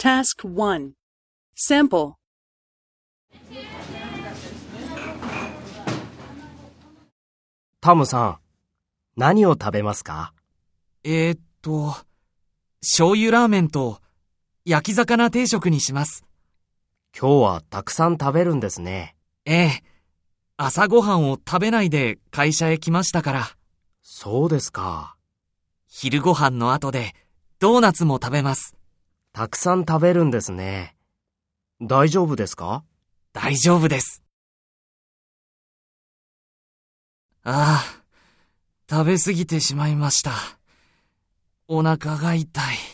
Task 1. Sample. タムさん、何を食べますか？ 醤油ラーメンと焼き魚定食にします。 今日はたくさん食べるんですね。 ええ、朝ごはんを食べないで会社へ来ましたから。 そうですか。 昼ごはんの後でドーナツも食べます。 たくさん食べるんですね。大丈夫ですか？ 大丈夫です。ああ、食べ過ぎてしまいました。お腹が痛い。